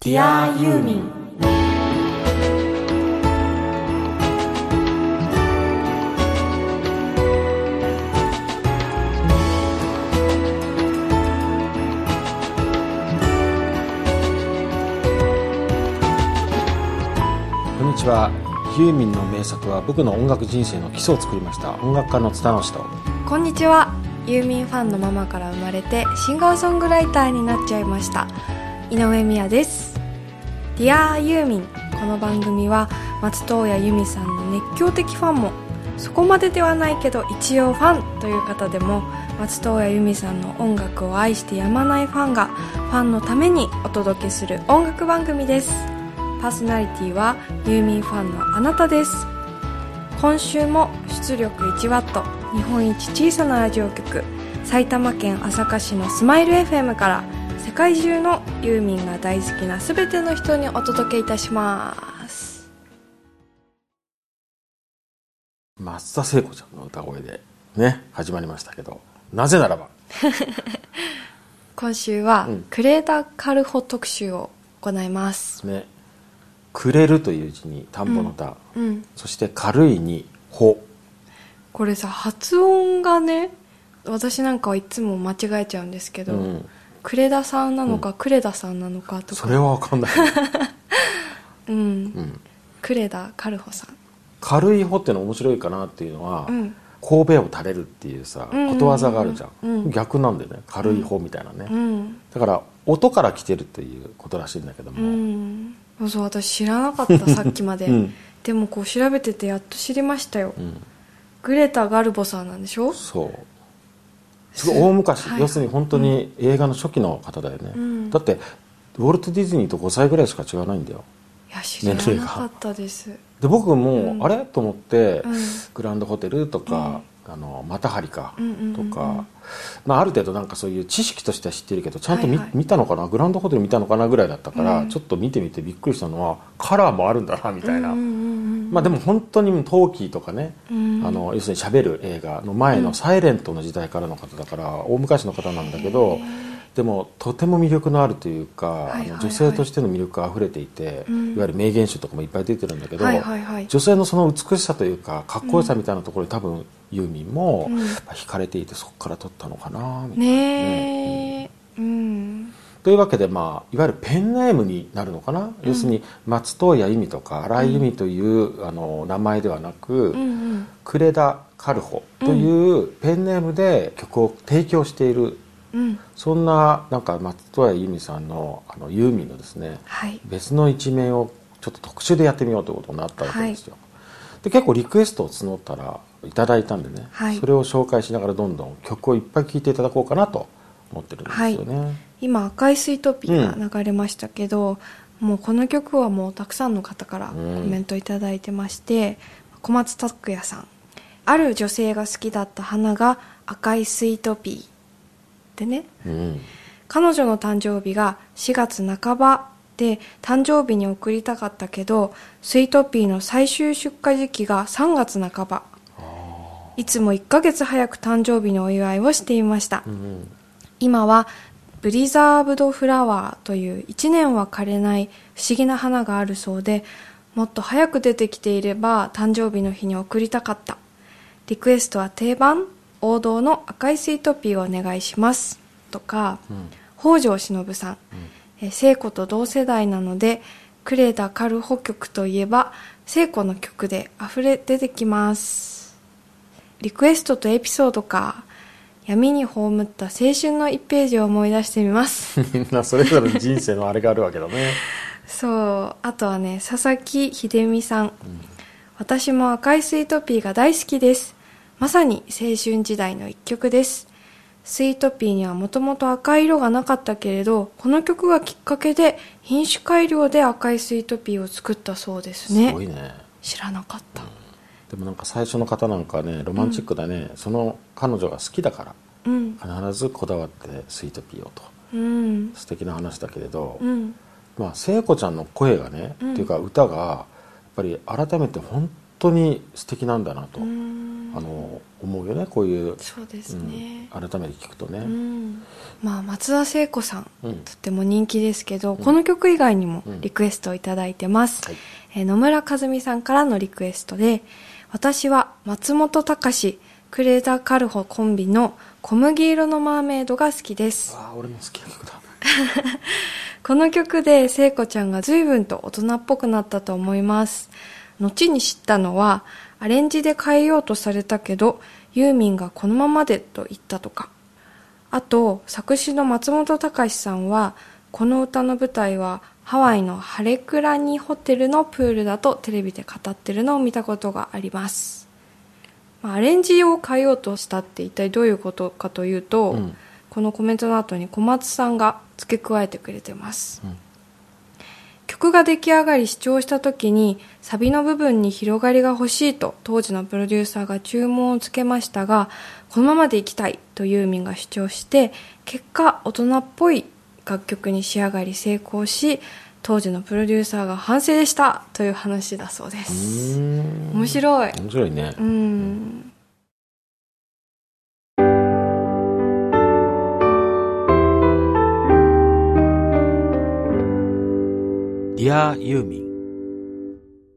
Dear ユーミン。 こんにちは。ユーミンの名作は僕の音楽人生の基礎を作りました。音楽家の津田直人。 こんにちは。ユーミンファンのママから生まれてシンガーソングライターになっちゃいました井上美也です。 Dear ユーミン。この番組は松任谷由実さんの熱狂的ファンも、そこまでではないけど一応ファンという方でも、松任谷由実さんの音楽を愛してやまないファンがファンのためにお届けする音楽番組です。パーソナリティはユーミンファンのあなたです。今週も出力 1W 日本一小さなラジオ局、埼玉県朝霞市のスマイル FM から世界中のユーミンが大好きなすべての人にお届けいたします。 松田聖子ちゃんの歌声でね始まりましたけど、なぜならば今週はクレーダ・カルホ特集を行います、 ね。くれるという字に田んぼの田、そして軽いに穂。 これさ、発音がね、私なんかはいつも間違えちゃうんですけど、クレダさんなのか、クレダさんなのかとか、 それは分かんないクレダ・カルホさん。 軽い穂っていうの面白いかなっていうのは、神戸を垂れるっていうさ、ことわざがあるじゃん、逆なんでね、軽い穂みたいなね、だから音から来てるということらしいんだけども、 そう私知らなかったさっきまで、でもこう調べててやっと知りましたよ、グレタ・ガルボさんなんでしょ。 そうすごい大昔、要するに本当に映画の初期の方だよね、だってウォルト・ディズニーと5歳ぐらいしか違わないんだよ。 いや知らなかったです。 で僕も、あれと思って、グランドホテルとか、マタハリかとか、ある程度なんかそういう知識としては知ってるけど、ちゃんと見たのかな、グランドホテル見たのかなぐらいだったから、ちょっと見てみてびっくりしたのはカラーもあるんだなみたいな、でも本当にトーキーとかね、要するにしゃべる映画の前のサイレントの時代からの方だから、大昔の方なんだけど、でもとても魅力のあるというか、女性としての魅力があふれていて、いわゆる名言集とかもいっぱい出てるんだけど、女性のその美しさというかかっこよさみたいなところに多分ユーミンも惹かれていて、そこから撮ったのかなみたいなね。というわけで、いわゆるペンネームになるのかな、要するに松任谷由実とか荒井由実という、名前ではなく、クレダ・カルホというペンネームで曲を提供している、そんななんか松任谷由実さんのユーミンのですね、別の一面をちょっと特集でやってみようということになったわけですよ、で結構リクエストを募ったらいただいたんでね、それを紹介しながらどんどん曲をいっぱい聴いていただこうかなと思ってるんですよね、 今赤いスイートピーが流れましたけど、もうこの曲はもうたくさんの方からコメントいただいてまして、小松拓也さん、ある女性が好きだった花が赤いスイートピーでね、彼女の誕生日が4月半ばで誕生日に贈りたかったけど、スイートピーの最終出荷時期が3月半ば、いつも1ヶ月早く誕生日のお祝いをしていました、今はブリザーブドフラワーという1年は枯れない不思議な花があるそうで、もっと早く出てきていれば誕生日の日に贈りたかった。リクエストは定番王道の赤いスイートピーをお願いしますとか、北条忍さん、聖子と同世代なのでクレダ・カルホ曲といえば聖子の曲で溢れ出てきます。リクエストとエピソードか、闇に葬った青春の1ページを思い出してみますみんなそれぞれの人生のあれがあるわけだねそう、あとはね、佐々木秀美さん、私も赤いスイートピーが大好きです。まさに青春時代の一曲です。スイートピーにはもともと赤い色がなかったけれど、この曲がきっかけで品種改良で赤いスイートピーを作ったそうですね。 すごいね。 知らなかった、 でもなんか最初の方なんかね、ロマンチックだね、その彼女が好きだから、必ずこだわってスイートピーをと、素敵な話だけれど、聖子ちゃんの声がね、っていうか歌がやっぱり改めて本当に素敵なんだなと、 思うよね、こういう。 そうですね、 改めて聞くとね、 松田聖子さん、とっても人気ですけど、 んこの曲以外にもリクエストをいただいてます、野村和美さんからのリクエストで、私は松本隆呉田カルホコンビの小麦色のマーメイドが好きです。 俺も好きな曲だこの曲で聖子ちゃんが随分と大人っぽくなったと思います。後に知ったのは、アレンジで変えようとされたけどユーミンがこのままでと言ったとか。あと作詞の松本隆さんは、この歌の舞台はハワイのハレクラニホテルのプールだとテレビで語ってるのを見たことがあります。アレンジを変えようとしたって一体どういうことかというと、このコメントの後に小松さんが付け加えてくれてます、曲が出来上がり視聴した時にサビの部分に広がりが欲しいと当時のプロデューサーが注文をつけましたが、このままでいきたいとユーミンが主張して、結果大人っぽい楽曲に仕上がり成功し、当時のプロデューサーが反省でしたという話だそうです。面白い。 面白いね。ディアユーミン。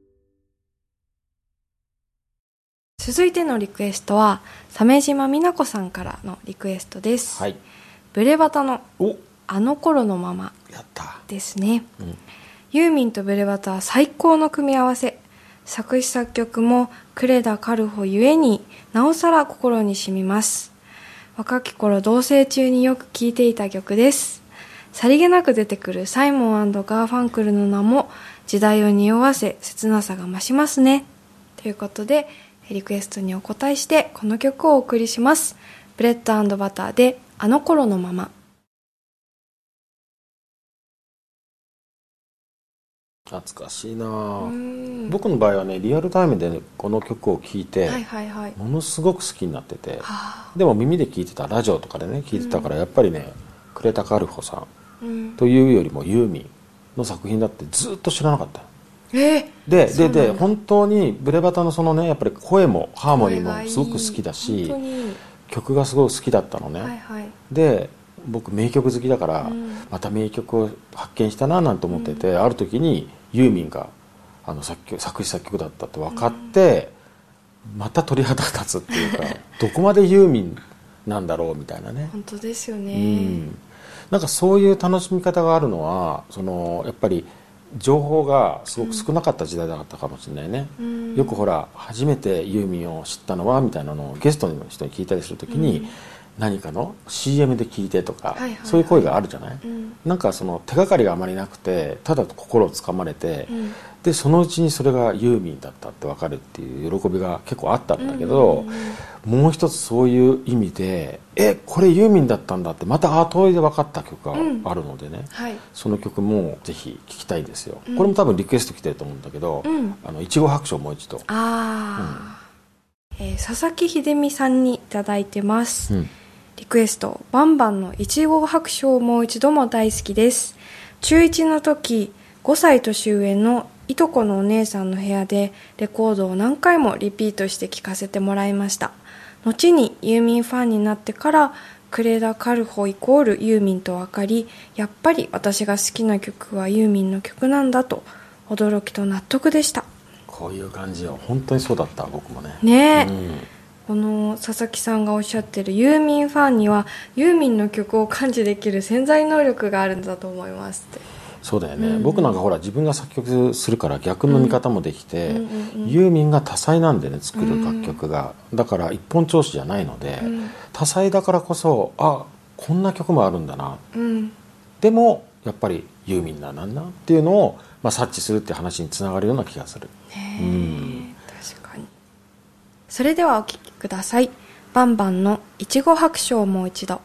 続いてのリクエストは鮫島美奈子さんからのリクエストです、ブレバタのあの頃のままですね。ユーミンとブレバタは最高の組み合わせ。作詞作曲も呉田カルホゆえになおさら心に染みます。若き頃同棲中によく聴いていた曲です。さりげなく出てくるサイモン&ガーファンクルの名も時代を匂わせ切なさが増しますね。ということでリクエストにお答えしてこの曲をお送りします。ブレッド&バターであの頃のまま。 懐かしいな。僕の場合はねリアルタイムで、この曲を聴いて、ものすごく好きになってて、でも耳で聴いてた、ラジオとかでね聴いてたから、やっぱりね呉田カルホさんというよりもユーミンの作品だってずっと知らなかった。で本当にブレバタのそのねやっぱり声もハーモニーもすごく好きだし、曲がすごく好きだったのね、で僕名曲好きだから、また名曲を発見したななんて思ってて、ある時にユーミンが作詞作曲だったって分かって、また鳥肌が立つっていうかどこまでユーミンなんだろうみたいなね。 本当ですよね、 なんかそういう楽しみ方があるのはやっぱり情報がすごく少なかった時代だったかもしれないね、よくほら初めてユーミンを知ったのはみたいなのをゲストの人に聞いたりするときに、何かの CM で聞いてとか、そういう声があるじゃない、なんかその手がかりがあまりなくてただ心をつかまれて、でそのうちにそれがユーミンだったって分かるっていう喜びが結構あったんだけど、もう一つそういう意味でこれユーミンだったんだってまた後追いで分かった曲があるのでね、その曲もぜひ聴きたいんですよ、これも多分リクエスト来てると思うんだけど、いちご白書をもう一度。 佐々木秀美さんにいただいてます、リクエスト、バンバンのいちご白書をもう一度も大好きです。中1の時、5歳年上のいとこのお姉さんの部屋でレコードを何回もリピートして聴かせてもらいました。後にユーミンファンになってから呉田カルホイコールユーミンと分かり、やっぱり私が好きな曲はユーミンの曲なんだと驚きと納得でした。 こういう感じよ、本当にそうだった。僕もね。 ねえ、この佐々木さんがおっしゃってるユーミンファンにはユーミンの曲を感知できる潜在能力があるんだと思いますって。 そうだよね、僕なんかほら自分が作曲するから逆の見方もできて、ユーミンが多彩なんでね作る楽曲が、だから一本調子じゃないので、多彩だからこそこんな曲もあるんだな、でもやっぱりユーミンなんだなっていうのを、察知するっていう話につながるような気がする。 確かに。それではお聴きください。バンバンのいちご白書をもう一度。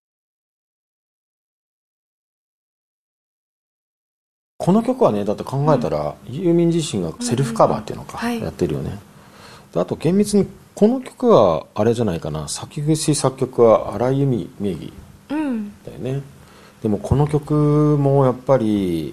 この曲はねだって考えたら、ユーミン自身がセルフカバーっていうのか、やってるよね。であと厳密にこの曲はあれじゃないかな、作詞作曲は荒井由実名義だよね、でもこの曲もやっぱり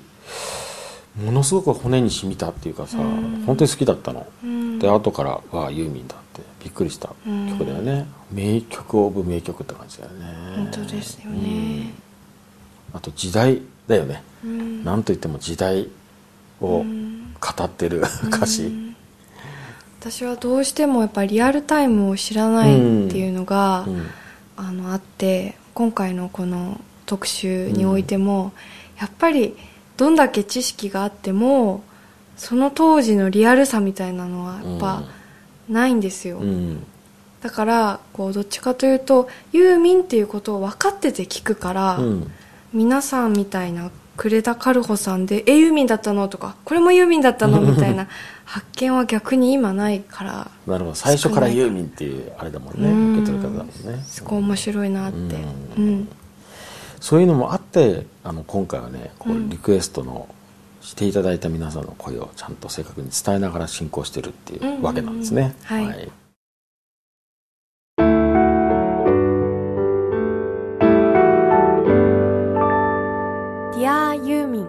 ものすごく骨に染みたっていうかさ、本当に好きだったの、で後からはユーミンだっってびっくりした曲だよね、名曲オブ名曲って感じだよね。 本当ですよね、 あと時代だよね、なんといっても時代を語ってる歌詞、 私はどうしてもやっぱりリアルタイムを知らないっていうのが、あって今回のこの特集においても、やっぱりどんだけ知識があってもその当時のリアルさみたいなのはやっぱないんですよ、だからこうどっちかというとユーミンっていうことを分かってて聞くから、皆さんみたいな呉田カルホさんでユーミンだったのとかこれもユーミンだったのみたいな発見は逆に今ないから。 なるほど、最初からユーミンっていうあれだもんね、受け取り方だもんね。 すごい面白いなって、 そういうのもあって今回はねこうリクエストのしていただいた皆さんの声をちゃんと正確に伝えながら進行してるっていうわけなんですね。はい。 Dear ユーミン。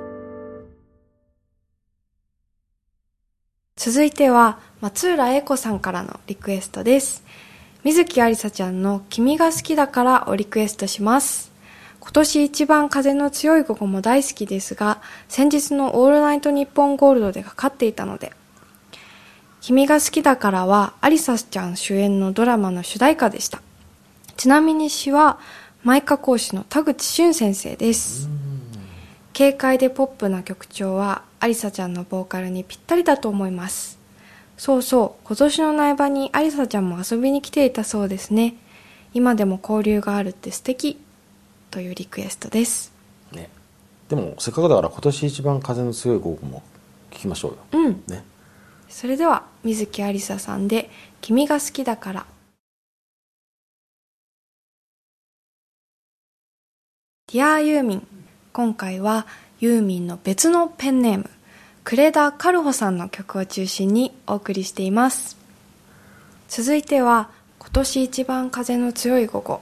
続いては松浦英子さんからのリクエストです。水木有沙ちゃんの君が好きだからをリクエストします。今年一番風の強い午後も大好きですが、先日のオールナイトニッポンゴールドでかかっていたので、君が好きだからは有沙ちゃん主演のドラマの主題歌でした。ちなみに詩は舞歌講師の田口俊先生です。軽快でポップな曲調は有沙ちゃんのボーカルにぴったりだと思います。そうそう、今年の苗場に有沙ちゃんも遊びに来ていたそうですね。今でも交流があるって素敵というリクエストです、 ね、でもせっかくだから今年一番風の強い午後も聞きましょうよ、ね、 それでは水木有沙さんで君が好きだから。Dear ユーミン。今回はユーミンの別のペンネーム呉田カルホさんの曲を中心にお送りしています。続いては今年一番風の強い午後。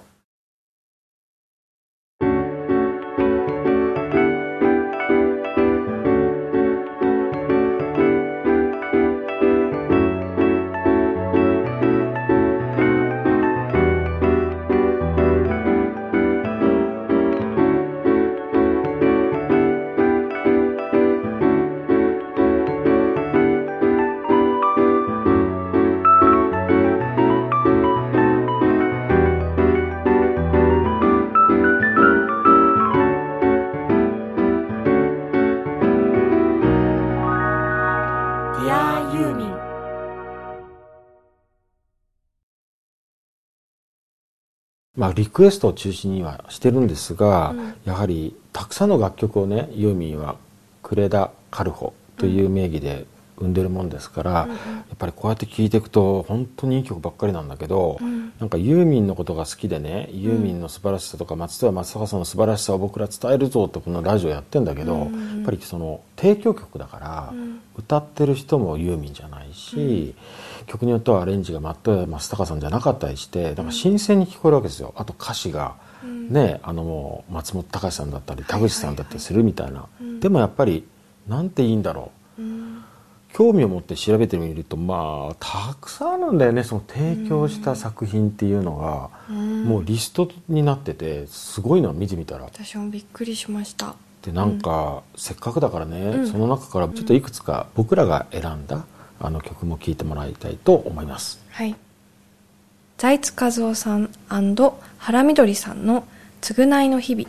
リクエストを中心にはしてるんですが、やはりたくさんの楽曲をねユーミンは呉田カルホという名義で生んでるもんですから、やっぱりこうやって聴いていくと本当にいい曲ばっかりなんだけど、なんかユーミンのことが好きでね、ユーミンの素晴らしさとか松任谷正隆さんの素晴らしさを僕ら伝えるぞってこのラジオやってんだけど、やっぱりその提供曲だから、歌ってる人もユーミンじゃないし、曲によってはアレンジが松任谷正隆さんじゃなかったりして、だから新鮮に聞こえるわけですよ。あと歌詞がね、もう松本隆さんだったり田口さんだったりするみたいな、でもやっぱりなんていいんだろう、興味を持って調べてみるとたくさんあるんだよね。その提供した作品っていうのがもうリストになってて、すごいのを見てみたら私もびっくりしました。 でなんか、せっかくだからね、その中からちょっといくつか僕らが選んだ曲も聴いてもらいたいと思います。 はい。財津和夫さん&原みどりさんの償いの日々。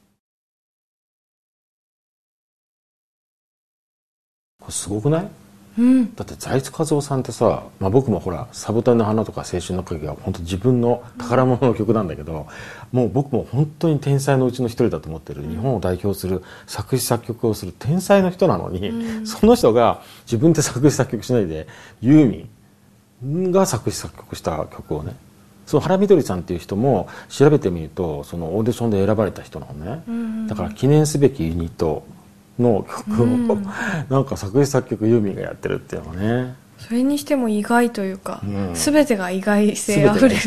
これすごくない？だって財津和夫さんってさ、僕もほら「サボテンの花」とか「青春の影」が本当自分の宝物の曲なんだけど、もう僕も本当に天才のうちの一人だと思ってる、日本を代表する作詞作曲をする天才の人なのに、その人が自分で作詞作曲しないでユーミンが作詞作曲した曲をね、その原みどりさんっていう人も調べてみるとそのオーディションで選ばれた人なのね、だから記念すべきユニットの曲を、なんか作詞作曲ユーミンがやってるっていうのはね、 それにしても意外というか、全てが意外性あふれる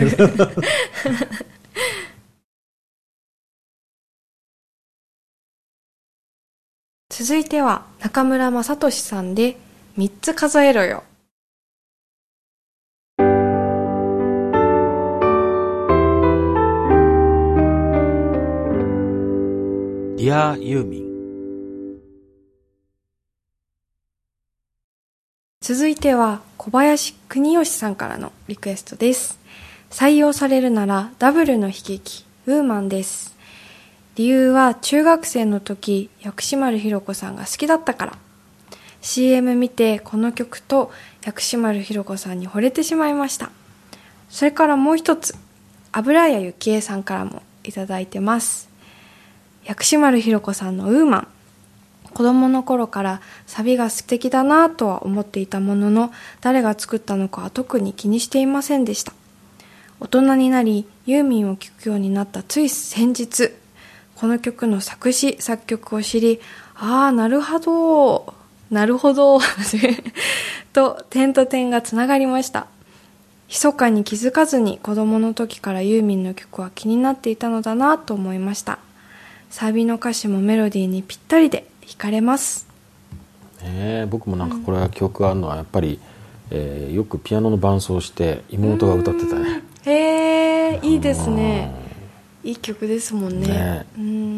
続いては中村雅俊さんで3つ数えろよ。 Dear ユーミン。 続いては小林邦義さんからのリクエストです。採用されるならダブルの悲劇ウーマンです。理由は中学生の時薬師丸ひろ子さんが好きだったから。 CM 見てこの曲と薬師丸ひろ子さんに惚れてしまいました。それからもう一つ、油谷幸恵さんからもいただいてます。薬師丸ひろ子さんのウーマン、子供の頃からサビが素敵だなとは思っていたものの、誰が作ったのかは特に気にしていませんでした。大人になりユーミンを聴くようになったつい先日、この曲の作詞作曲を知り、ああなるほどなるほどと点と点がつながりました。密かに気づかずに子供の時からユーミンの曲は気になっていたのだなと思いました。サビの歌詞もメロディーにぴったりで惹かれます。 僕もなんかこれは記憶があるのはやっぱり、よくピアノの伴奏して妹が歌ってたね。 いいですね。いい曲ですもんね。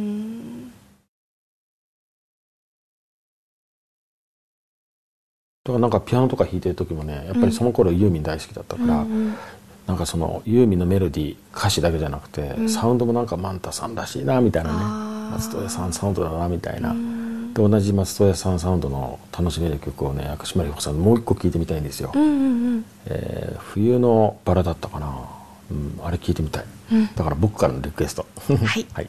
だからなんかピアノとか弾いてる時もね、やっぱりその頃ユーミン大好きだったから、なんかそのユーミンのメロディー歌詞だけじゃなくて、サウンドもなんかマンタさんらしいなみたいなね、松任谷さんサウンドだなみたいな、で同じ松任谷さんサウンドの楽しめる曲をね、薬師丸ひろ子さんのもう一個聴いてみたいんですよ。冬のバラだったかな、あれ聴いてみたい、だから僕からのリクエストはい、 はい。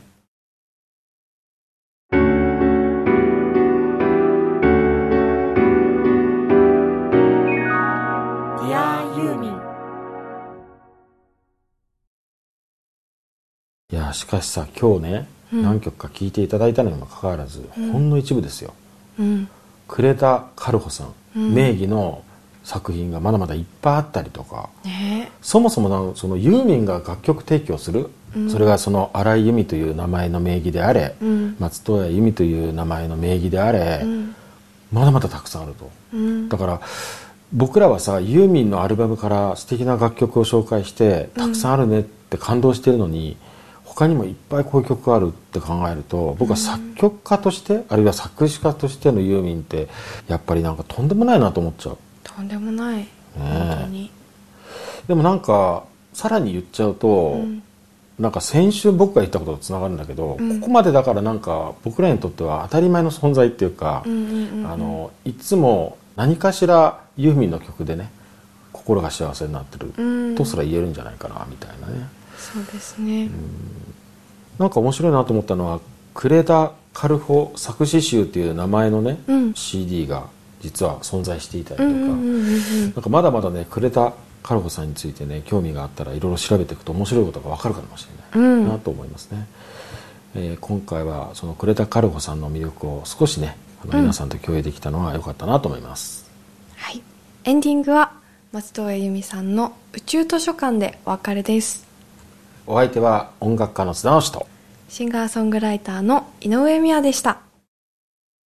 いやしかしさ、今日ね、何曲か聴いていただいたのにもかかわらず、ほんの一部ですよ、呉田カルホさん、名義の作品がまだまだいっぱいあったりとか、そもそもそのユーミンが楽曲提供する、それがその荒井由実という名前の名義であれ、松任谷由実という名前の名義であれ、まだまだたくさんあると、だから僕らはさ、ユーミンのアルバムから素敵な楽曲を紹介してたくさんあるねって感動してるのに、他にもいっぱいこういう曲があるって考えると、僕は作曲家として、あるいは作詞家としてのユーミンってやっぱりなんかとんでもないなと思っちゃう。 とんでもない、本当に。 でもなんかさらに言っちゃうと、なんか先週僕が言ったこととつながるんだけど、ここまでだからなんか僕らにとっては当たり前の存在っていうか、いつも何かしらユーミンの曲でね、心が幸せになってるとすら言えるんじゃないかなみたいなね。 そうですね。 なんか面白いなと思ったのは、呉田カルホ作詞集っていう名前のね、CD が実は存在していたりとか、なんかまだまだね、呉田カルホさんについてね、興味があったらいろいろ調べていくと面白いことが分かるかもしれないなと思いますね。今回はその呉田カルホさんの魅力を少しね、皆さんと共有できたのは良かったなと思います。 はい、エンディングは松任谷由実さんの宇宙図書館でお別れです。 お相手は音楽家の須田直人とシンガーソングライターの井上美和でした。